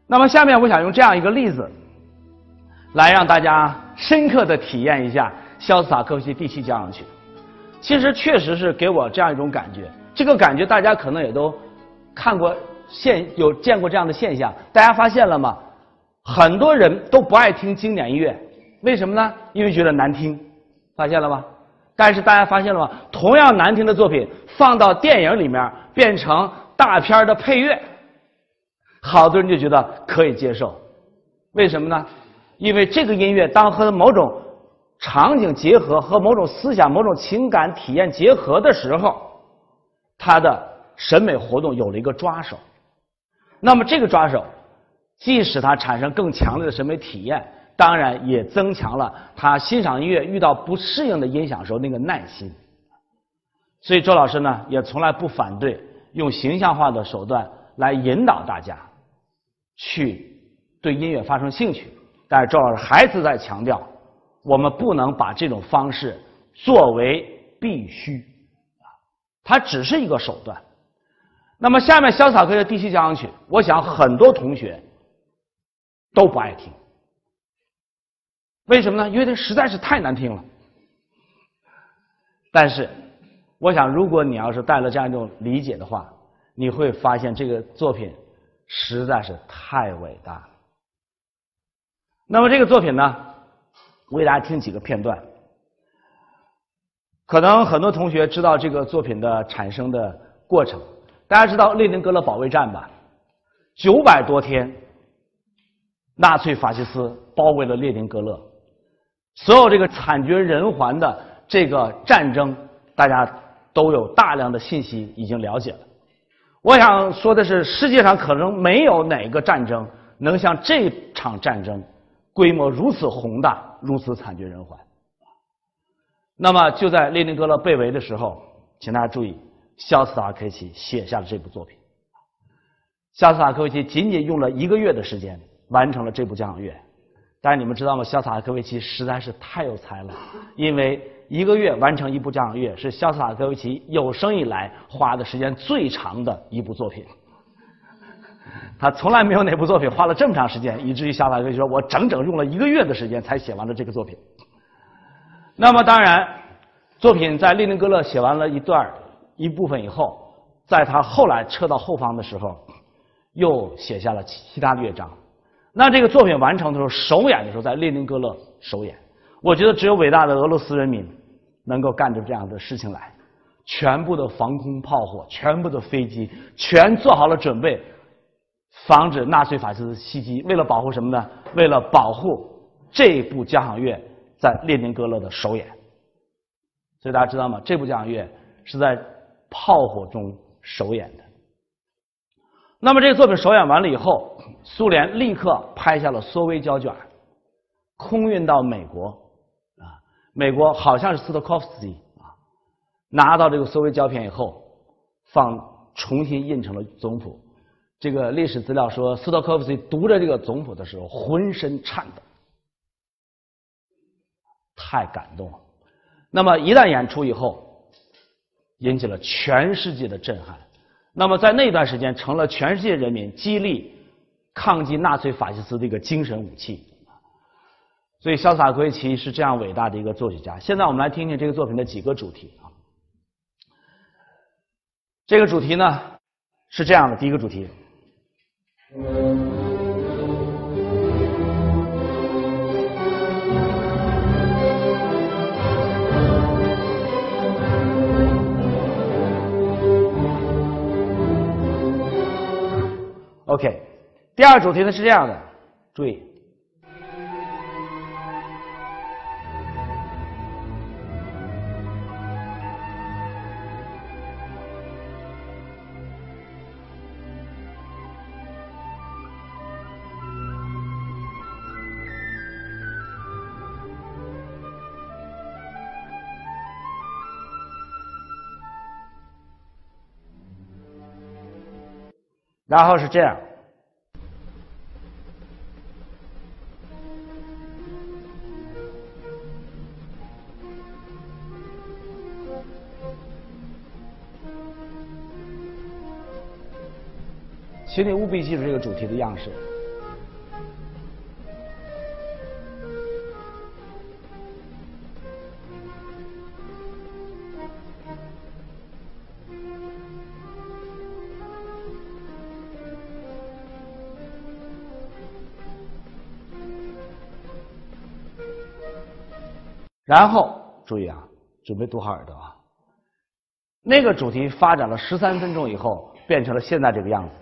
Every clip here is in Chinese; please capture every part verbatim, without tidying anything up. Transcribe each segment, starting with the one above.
那么下面我想用这样一个例子，来让大家深刻的体验一下肖斯塔科维奇第七交响曲。其实确实是给我这样一种感觉，这个感觉大家可能也都看过现有见过这样的现象。大家发现了吗？很多人都不爱听经典音乐，为什么呢？因为觉得难听，发现了吗？但是大家发现了吗？同样难听的作品放到电影里面变成大片的配乐，好多人就觉得可以接受。为什么呢？因为这个音乐当和某种场景结合，和某种思想、某种情感体验结合的时候，它的审美活动有了一个抓手。那么这个抓手既使它产生更强烈的审美体验，当然也增强了他欣赏音乐遇到不适应的音响时候那个耐心。所以周老师呢也从来不反对用形象化的手段来引导大家去对音乐发生兴趣，但是周老师还是在强调，我们不能把这种方式作为必须，它只是一个手段。那么下面肖斯塔科维奇的第七交响曲，我想很多同学都不爱听。为什么呢？因为它实在是太难听了。但是我想如果你要是带了这样一种理解的话，你会发现这个作品实在是太伟大了。那么这个作品呢，我给大家听几个片段。可能很多同学知道这个作品的产生的过程。大家知道列宁格勒保卫战吧？九百多天，纳粹法西斯包围了列宁格勒。所有这个惨绝人寰的这个战争，大家都有大量的信息已经了解了。我想说的是，世界上可能没有哪个战争能像这场战争规模如此宏大，如此惨绝人寰。那么就在列宁格勒被围的时候，请大家注意，肖斯塔科维奇写下了这部作品。肖斯塔科维奇仅仅用了一个月的时间完成了这部交响乐。但是你们知道吗？肖斯塔科维奇实在是太有才了，因为一个月完成一部交响乐是肖斯塔科维奇有生以来花的时间最长的一部作品。他从来没有哪部作品花了这么长时间，以至于肖斯塔科维奇说：“我整整用了一个月的时间才写完了这个作品。”那么当然，作品在列宁格勒写完了一段一部分以后，在他后来撤到后方的时候，又写下了其他的乐章。那这个作品完成的时候，首演的时候在列宁格勒首演。我觉得只有伟大的俄罗斯人民能够干出这样的事情来，全部的防空炮火，全部的飞机，全做好了准备，防止纳粹法西斯袭击。为了保护什么呢？为了保护这部交响乐在列宁格勒的首演。所以大家知道吗？这部交响乐是在炮火中首演的。那么这个作品首演完了以后，苏联立刻拍下了缩微胶卷，空运到美国啊。美国好像是斯托科夫斯基啊，拿到这个缩微胶片以后，放重新印成了总谱。这个历史资料说，斯托科夫斯基读着这个总谱的时候，浑身颤抖，太感动了。那么一旦演出以后，引起了全世界的震撼。那么在那段时间，成了全世界人民激励抗击纳粹法西斯的一个精神武器。所以肖斯塔科维奇是这样伟大的一个作曲家。现在我们来听听这个作品的几个主题啊。这个主题呢是这样的，第一个主题。OK， 第二主题呢是这样的，注意，然后是这样。请你务必记住这个主题的样式。 然后注意啊，准备堵好耳朵啊。那个主题发展了十三分钟以后，变成了现在这个样子。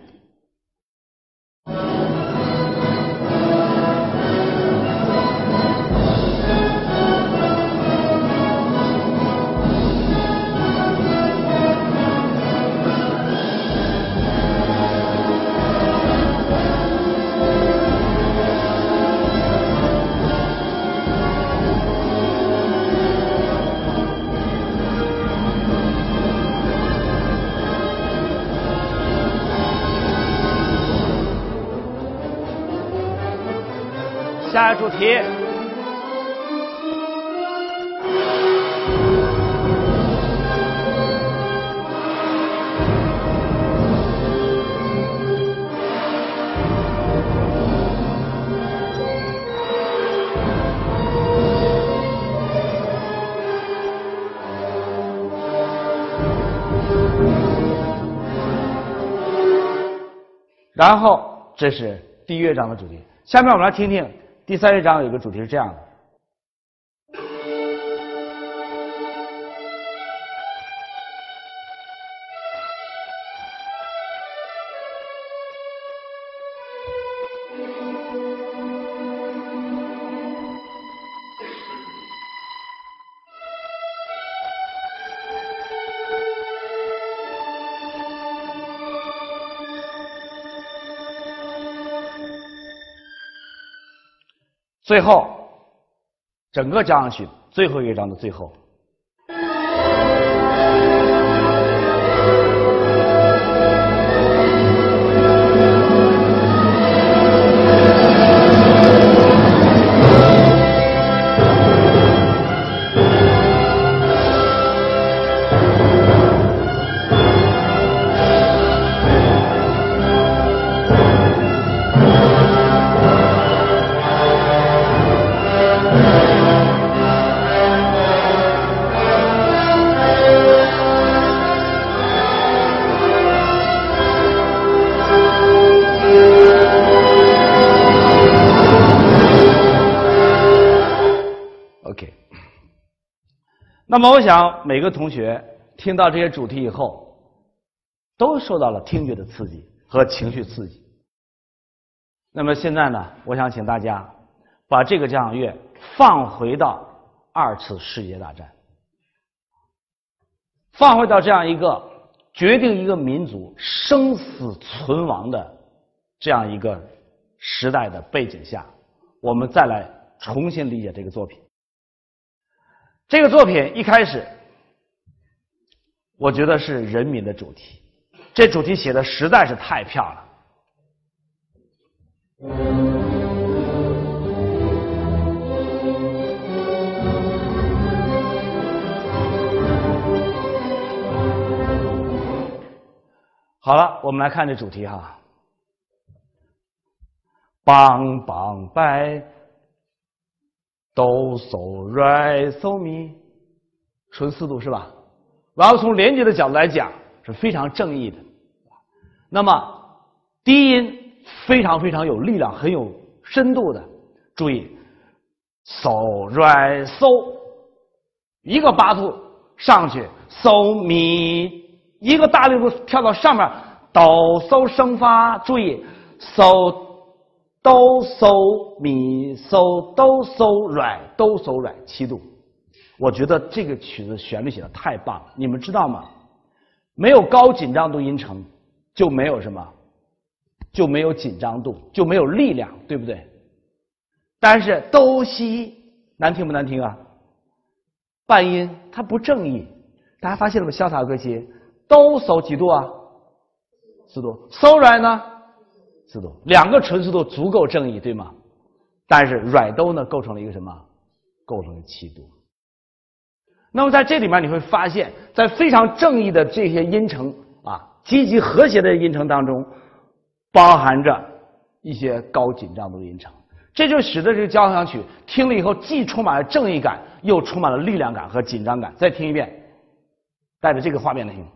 下一个主题，然后这是第一乐章的主题。下面我们来听听。第三乐章有一个主题是这样的。最后，整个交响曲最后一章的最后，那么我想每个同学听到这些主题以后，都受到了听觉的刺激和情绪刺激。那么现在呢，我想请大家把这个交响乐放回到二次世界大战，放回到这样一个决定一个民族生死存亡的这样一个时代的背景下，我们再来重新理解这个作品。这个作品一开始，我觉得是人民的主题，这主题写的实在是太漂亮了。好了，我们来看这主题哈，梆梆拜。哆嗦来嗦咪，纯四度是吧？然后从连接的角度来讲是非常正义的。那么低音非常非常有力量，很有深度的。注意，嗦来嗦，一个八度上去，嗦咪，一个大力度跳到上面，哆嗦升发。注意，嗦。哆嗦咪嗦哆嗦软哆嗦软七度，我觉得这个曲子旋律写的太棒了。你们知道吗？没有高紧张度音程，就没有什么，就没有紧张度，就没有力量，对不对？但是哆西难听不难听啊？半音它不正义，大家发现了吗？潇洒歌姬哆嗦几度啊？四度。嗦软呢？四度，两个纯四度足够正义，对吗？但是软哆呢，构成了一个什么？构成了七度。那么在这里面你会发现，在非常正义的这些音程啊，积极和谐的音程当中，包含着一些高紧张度的音程，这就使得这个交响曲听了以后，既充满了正义感，又充满了力量感和紧张感。再听一遍，带着这个画面来听。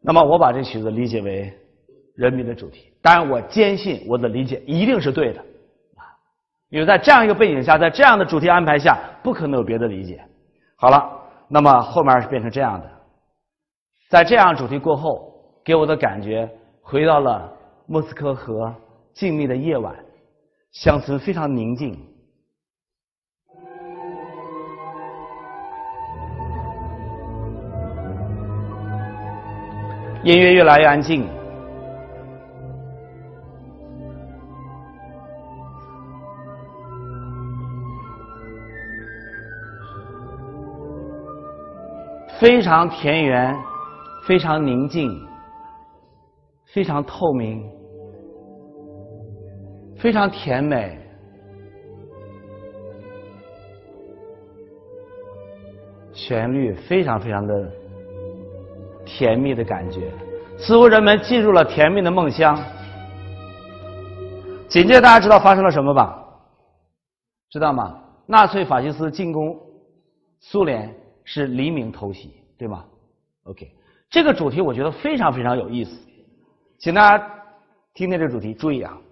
那么我把这曲子理解为人民的主题，当然我坚信我的理解一定是对的啊，因为在这样一个背景下，在这样的主题安排下，不可能有别的理解。好了，那么后面是变成这样的，在这样主题过后，给我的感觉回到了莫斯科河静谧的夜晚，乡村非常宁静。音乐越来越安静，非常田园，非常宁静，非常透明，非常甜美。旋律非常非常的甜蜜的感觉，似乎人们进入了甜蜜的梦乡。紧接着大家知道发生了什么吧？知道吗？纳粹法西斯进攻苏联是黎明偷袭，对吗 ？OK， 这个主题我觉得非常非常有意思，请大家听听这个主题，注意啊。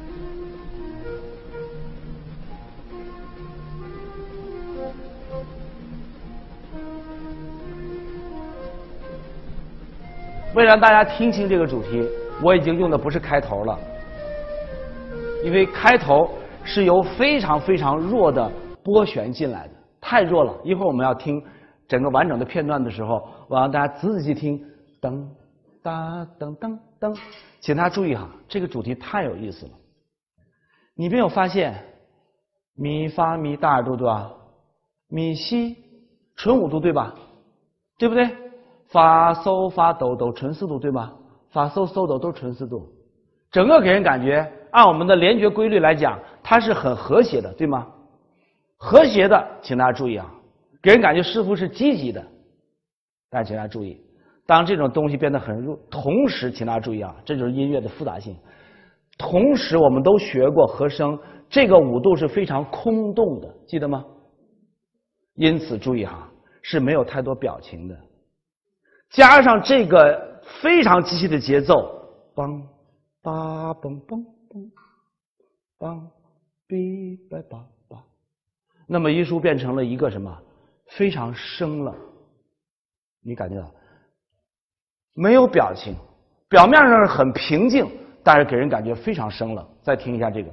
为了让大家听清这个主题，我已经用的不是开头了，因为开头是由非常非常弱的拨弦进来的，太弱了。一会儿我们要听整个完整的片段的时候，我让大家仔仔细听，噔哒噔噔噔，请大家注意哈，这个主题太有意思了。你没有发现，咪发咪大耳朵对吧？咪西纯五度对吧？对不对？发嗦发哆哆纯四度对吗？发嗦嗦哆都纯四度，整个给人感觉按我们的连觉规律来讲，它是很和谐的，对吗？和谐的，请大家注意啊，给人感觉似乎是积极的。但请大家注意，当这种东西变得很弱，同时请大家注意啊，这就是音乐的复杂性。同时，我们都学过和声，这个五度是非常空洞的，记得吗？因此注意哈，是没有太多表情的。加上这个非常机械的节奏，梆吧梆梆梆梆哔吧吧吧，那么一书变成了一个什么？非常生冷。你感觉到没有表情，表面上是很平静，但是给人感觉非常生冷。再听一下这个。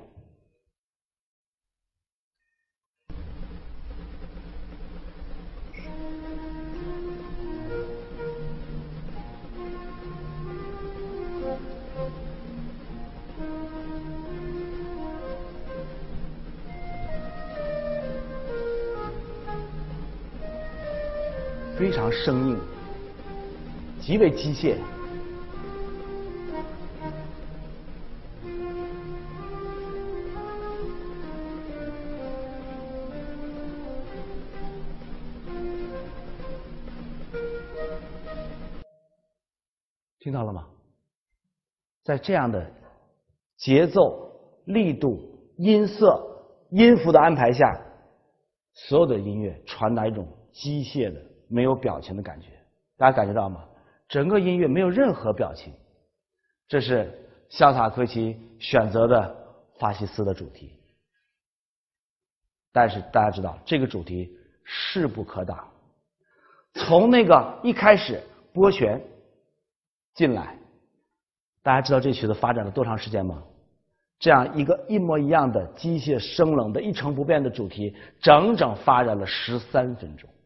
非常生硬，极为机械。听到了吗？在这样的节奏、力度、音色、音符的安排下，所有的音乐传达一种机械的、没有表情的感觉。大家感觉到吗？整个音乐没有任何表情。这是肖斯塔科齐选择的法西斯的主题。但是大家知道，这个主题势不可挡。从那个一开始拨弦进来，大家知道这曲子发展了多长时间吗？这样一个一模一样的机械生冷的一成不变的主题，整整发展了十三分钟。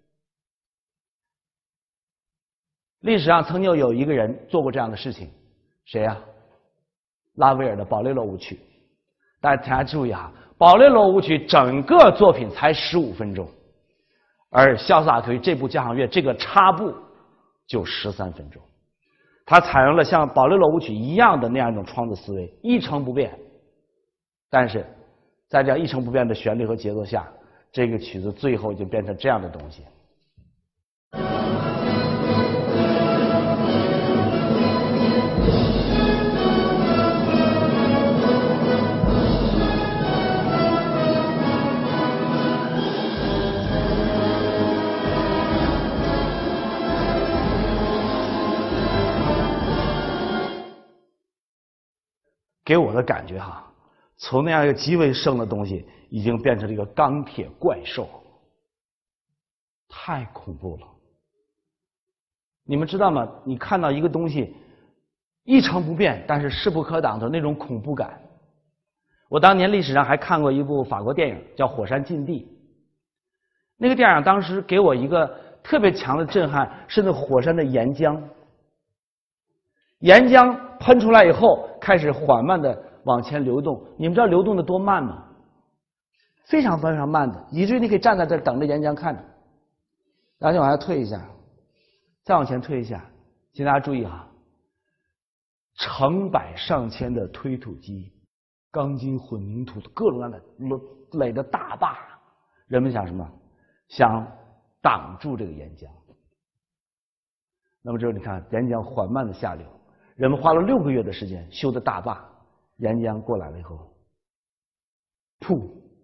历史上曾经有一个人做过这样的事情，谁呀、啊？拉威尔的《保列罗舞曲》。大家注意哈，《保列罗舞曲》整个作品才十五分钟，而肖斯塔科齐这部交响乐这个插部就十三分钟。它采用了像《保列罗舞曲》一样的那样一种窗子思维，一成不变。但是在这样一成不变的旋律和节奏下，这个曲子最后就变成这样的东西。 给我的感觉哈，从那样一个极为生的东西，已经变成了一个钢铁怪兽，太恐怖了。你们知道吗？你看到一个东西一成不变，但是势不可挡的那种恐怖感。我当年历史上还看过一部法国电影，叫《火山禁地》。那个电影当时给我一个特别强的震撼，是那火山的岩浆。岩浆喷出来以后，开始缓慢的往前流动。你们知道流动的多慢吗？非常非常慢的，以至于你可以站在这儿等着岩浆看着。然后再往下退一下，再往前推一下，请大家注意哈，成百上千的推土机、钢筋混凝土的各种各样的垒的大坝，人们想什么？想挡住这个岩浆。那么这时候你看，岩浆缓慢的下流，人们花了六个月的时间修的大坝，岩浆过来了以后，噗，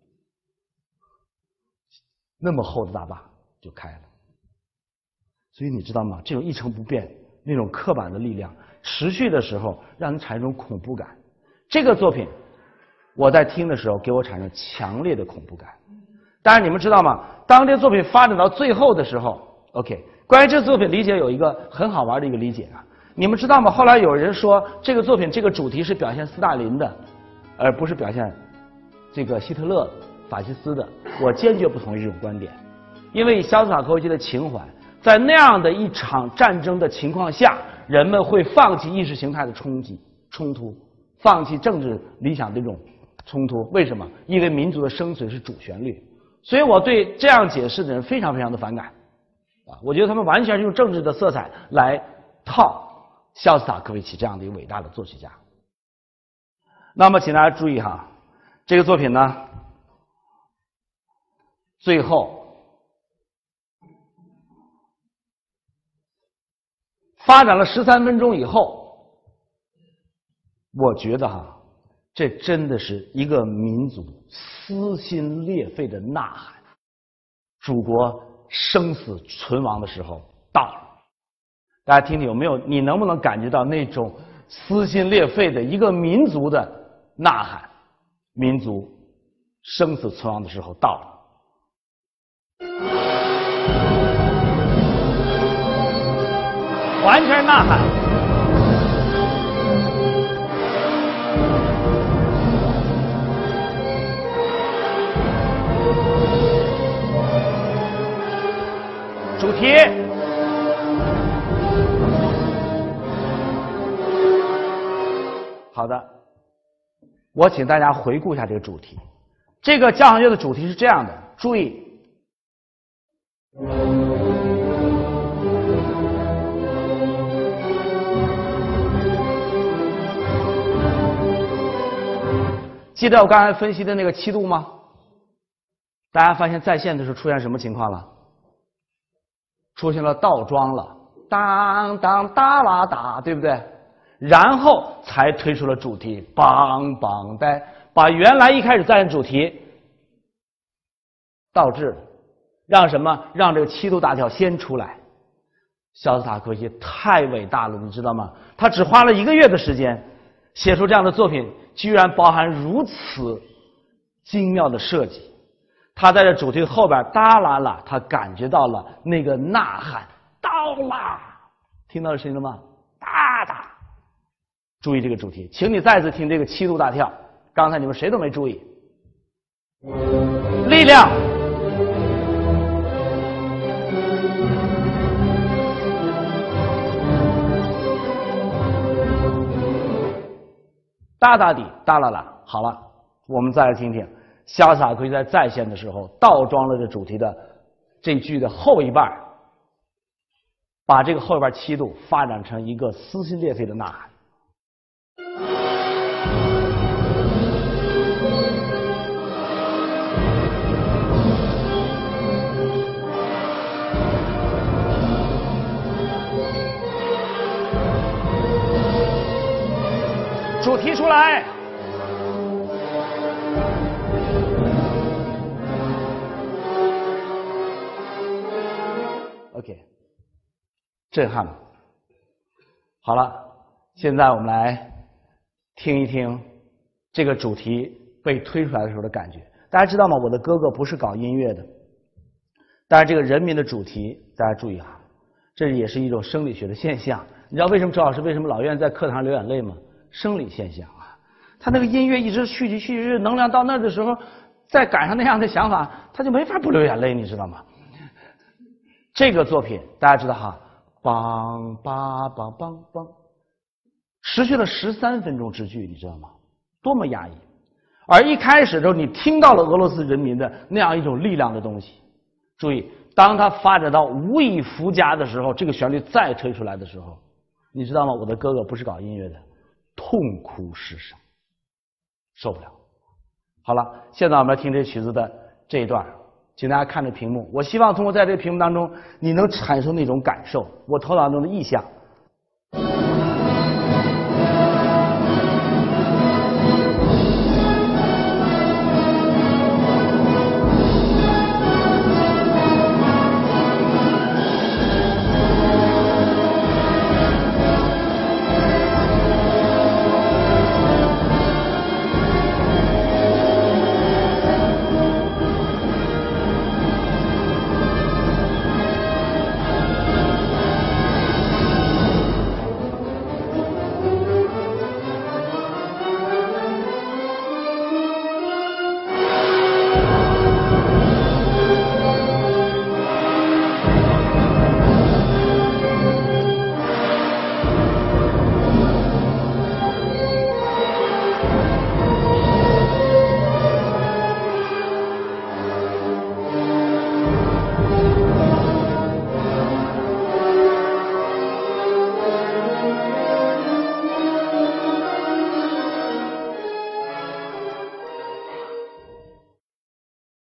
那么厚的大坝就开了。所以你知道吗？这种一成不变、那种刻板的力量持续的时候，让人产生一种恐怖感。这个作品我在听的时候，给我产生强烈的恐怖感。当然，你们知道吗？当这个作品发展到最后的时候 ，OK， 关于这个作品理解有一个很好玩的一个理解啊。你们知道吗？后来有人说这个作品这个主题是表现斯大林的，而不是表现这个希特勒、法西斯的。我坚决不同意这种观点，因为肖斯塔科维奇的情怀，在那样的一场战争的情况下，人们会放弃意识形态的冲击冲突，放弃政治理想的这种冲突。为什么？因为民族的生存是主旋律。所以我对这样解释的人非常非常的反感啊！我觉得他们完全是用政治的色彩来套肖斯塔科维奇这样的一个伟大的作曲家。那么请大家注意哈，这个作品呢，最后发展了十三分钟以后，我觉得哈，这真的是一个民族撕心裂肺的呐喊，祖国生死存亡的时候到了。大家听听有没有？你能不能感觉到那种撕心裂肺的一个民族的呐喊？民族生死存亡的时候到了。完全是呐喊。主题，好的，我请大家回顾一下这个主题。这个交响乐的主题是这样的，注意。记得我刚才分析的那个七度吗？大家发现在线的时候出现什么情况了？出现了倒装了，当当哒啦哒，对不对？然后才推出了主题，梆梆呆，把原来一开始在线主题倒置了，让什么？让这个七度大调先出来。肖斯塔科维奇太伟大了，你知道吗？他只花了一个月的时间写出这样的作品，居然包含如此精妙的设计。他在这主题后边哒啦啦，他感觉到了那个呐喊，到啦，听到这声音了吗？哒哒。注意这个主题，请你再次听这个七度大跳，刚才你们谁都没注意。力量，哒哒底，哒啦啦。好了，我们再来听听肖斯塔科维奇在再现的时候倒装了这主题的这句的后一半，把这个后一半七度发展成一个撕心裂肺的呐喊。主题出来。OK， 震撼了。好了，现在我们来听一听这个主题被推出来的时候的感觉。大家知道吗？我的哥哥不是搞音乐的，但是这个人民的主题，大家注意哈，这也是一种生理学的现象。你知道为什么周老师为什么老愿意在课堂上流眼泪吗？生理现象啊，他那个音乐一直续集续集，能量到那儿的时候，再赶上那样的想法，他就没法不流眼泪，你知道吗？这个作品大家知道哈，梆梆梆梆梆，持续了十三分钟之久，你知道吗？多么压抑！而一开始的时候，你听到了俄罗斯人民的那样一种力量的东西。注意，当它发展到无以复加的时候，这个旋律再推出来的时候，你知道吗？我的哥哥不是搞音乐的，痛哭失声，受不了。好了，现在我们来听这曲子的这一段。请大家看着屏幕，我希望通过在这个屏幕当中，你能产生那种感受，我头脑中的意象。